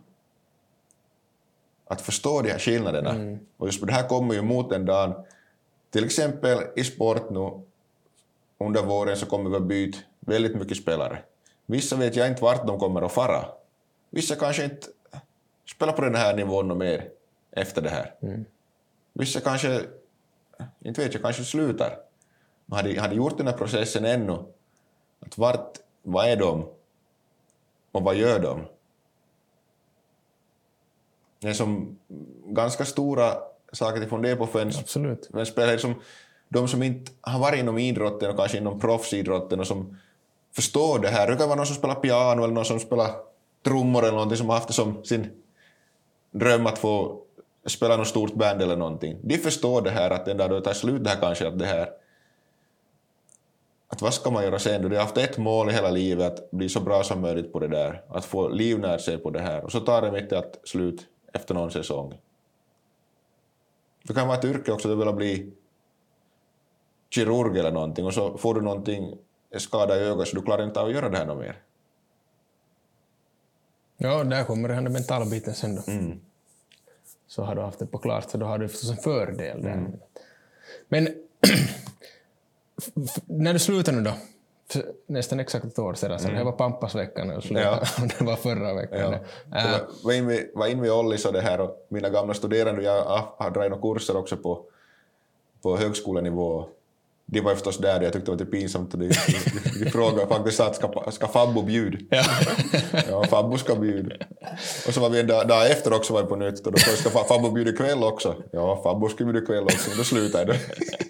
Att förstå de här skillnaderna. Mm. Och just det här kommer ju mot en dag. Till exempel i sport nu under våren så kommer vi att byta väldigt mycket spelare. Vissa vet jag inte vart de kommer att fara. Vissa kanske inte spelar på den här nivån och mer efter det här. Mm. Vissa kanske, inte vet jag, kanske slutar. Man hade, hade gjort den här processen ännu. Att vart, vad är de? Och vad gör de? Det är som ganska stora saker att fundera på för en, för en spelare som de som inte har varit inom idrotten och kanske inom proffsidrotten och som förstår det här. Det kan vara någon som spelar piano eller någon som spelar trummor eller någonting som har haft det som sin dröm att få spela något stort band eller någonting. De förstår det här att den där då tar slut det här kanske att det här att vad ska man göra sen då? De har haft ett mål i hela livet att bli så bra som möjligt på det där. Att få livnär sig på det här. Och så tar det mitt i att slut efter någon säsong. Det kan vara ett yrke också, du vill bli kirurg eller någonting och så får du någonting skada i ögat så du klarar inte av att göra det här något mer. Ja, där kommer den här mentala biten sen då. Mm. Så har du haft det på klart så då har du förstås en fördel där. Mm. Men när du slutar nu då, nästan exakt ett år sedan, så mm. det var Pampasveckan och ja. Det var förra veckan. Ja. Äh, var, var in vid, var in vid Ollis och det här och mina gamla studerande, jag har dragit några kurser också på, på högskolenivå. De var förstås där, jag tyckte det var lite pinsamt och de, de, de frågade faktiskt att ska, ska Fabbo bjuda? Ja. Ja, Fabbo ska bjuda. Och så var vi en dag, dag efter också var vi på nytt och då ska Fabbo bjuda ikväll också? Ja, Fabbo ska bjuda ikväll också, då slutade det.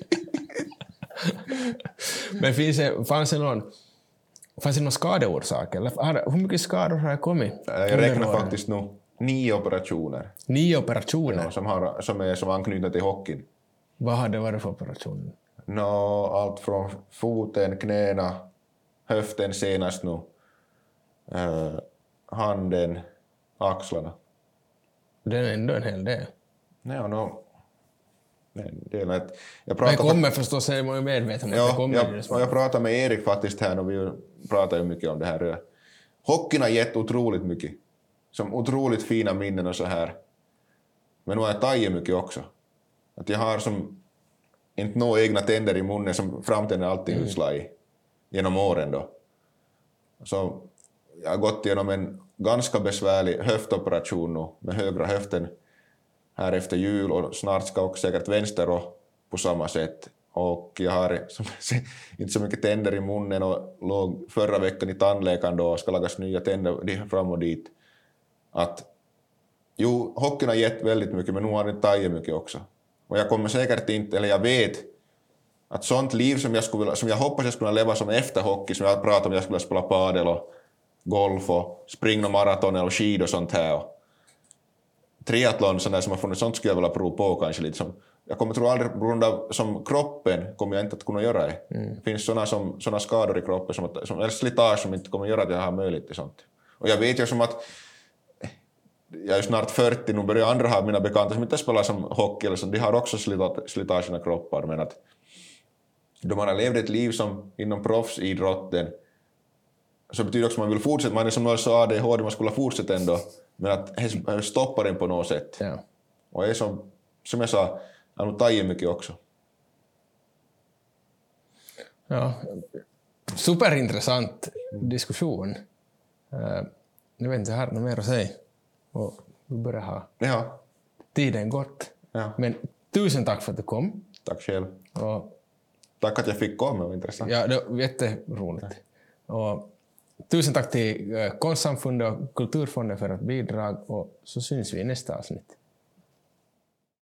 Men finns det, fanns det någon fanns det någon skadeorsak eller hur mycket skador har det kommit? Jag räknar faktiskt nu nio operationer. Nio operationer? Ja, som, har, som är som anknutna till hockeyn. Vad har det varit för operationer? No, allt från foten, knäna, höften senast nu, uh, handen, axlarna. Det är ändå en hel del. Ja, no, det är ett, jag pratar Men kommer förstås, är man ju medveten om ja, att det kommer. Jag, och jag pratade med Erik faktiskt här och vi pratade ju mycket om det här. Hockeyn har gett otroligt mycket. Som otroligt fina minnen och så här. Men nu har jag tagit mycket också. Att jag har som inte några egna tänder i munnen som framtänder alltid mm. utslag genom åren då. Så jag har gått igenom en ganska besvärlig höftoperation nu med högra höften här efter jul och snart ska också säkert vänster och på samma sätt. Och jag har som, inte så mycket tänder i munnen och låg förra veckan i tandläkaren då och ska lagas nya tänder fram och dit. Att jo, hockeyn har gett väldigt mycket men nu har det tagit mycket också. Och jag kommer säkert inte, eller jag vet att sånt liv som jag, skulle, som jag hoppas jag skulle leva som efter hockey, som jag pratar om, jag skulle spela padel och golf och springa maraton och skid och sånt här. Och triathlon, sånt där som har funnits, sånt skulle jag vilja prova på kanske lite. Som, jag kommer tro aldrig, på grund av som kroppen kommer jag inte att kunna göra det. Mm. Det finns såna, som, såna skador i kroppen, som, som, eller slitage som inte kommer göra att jag har möjlighet till sånt. Och jag vet ju som att jag är snart fyrtio, nu börjar andra ha mina bekanta som inte spelar som hockey eller så, de har också slitage i sina kroppar, men att då man har levt ett liv som inom proffsidrotten så betyder också att man vill fortsätta, man är som någon sa A D H D, man skulle fortsätta ändå, men att det stoppar den på något sätt. Ja. Och är som, som jag sa, jag har nog tagit mycket också. Ja, superintressant diskussion. Uh, jag vet inte, jag har något mer att säga. Och vi börjar ha ja. tiden gått. Ja. Men tusen tack för att du kom. Tack själv. Och, tack att jag fick komma, det var intressant. Ja, det var jätteroligt. Ja. Och tusen tack till Konstsamfundet och Kulturfonden för att bidra och så syns vi i nästa avsnitt.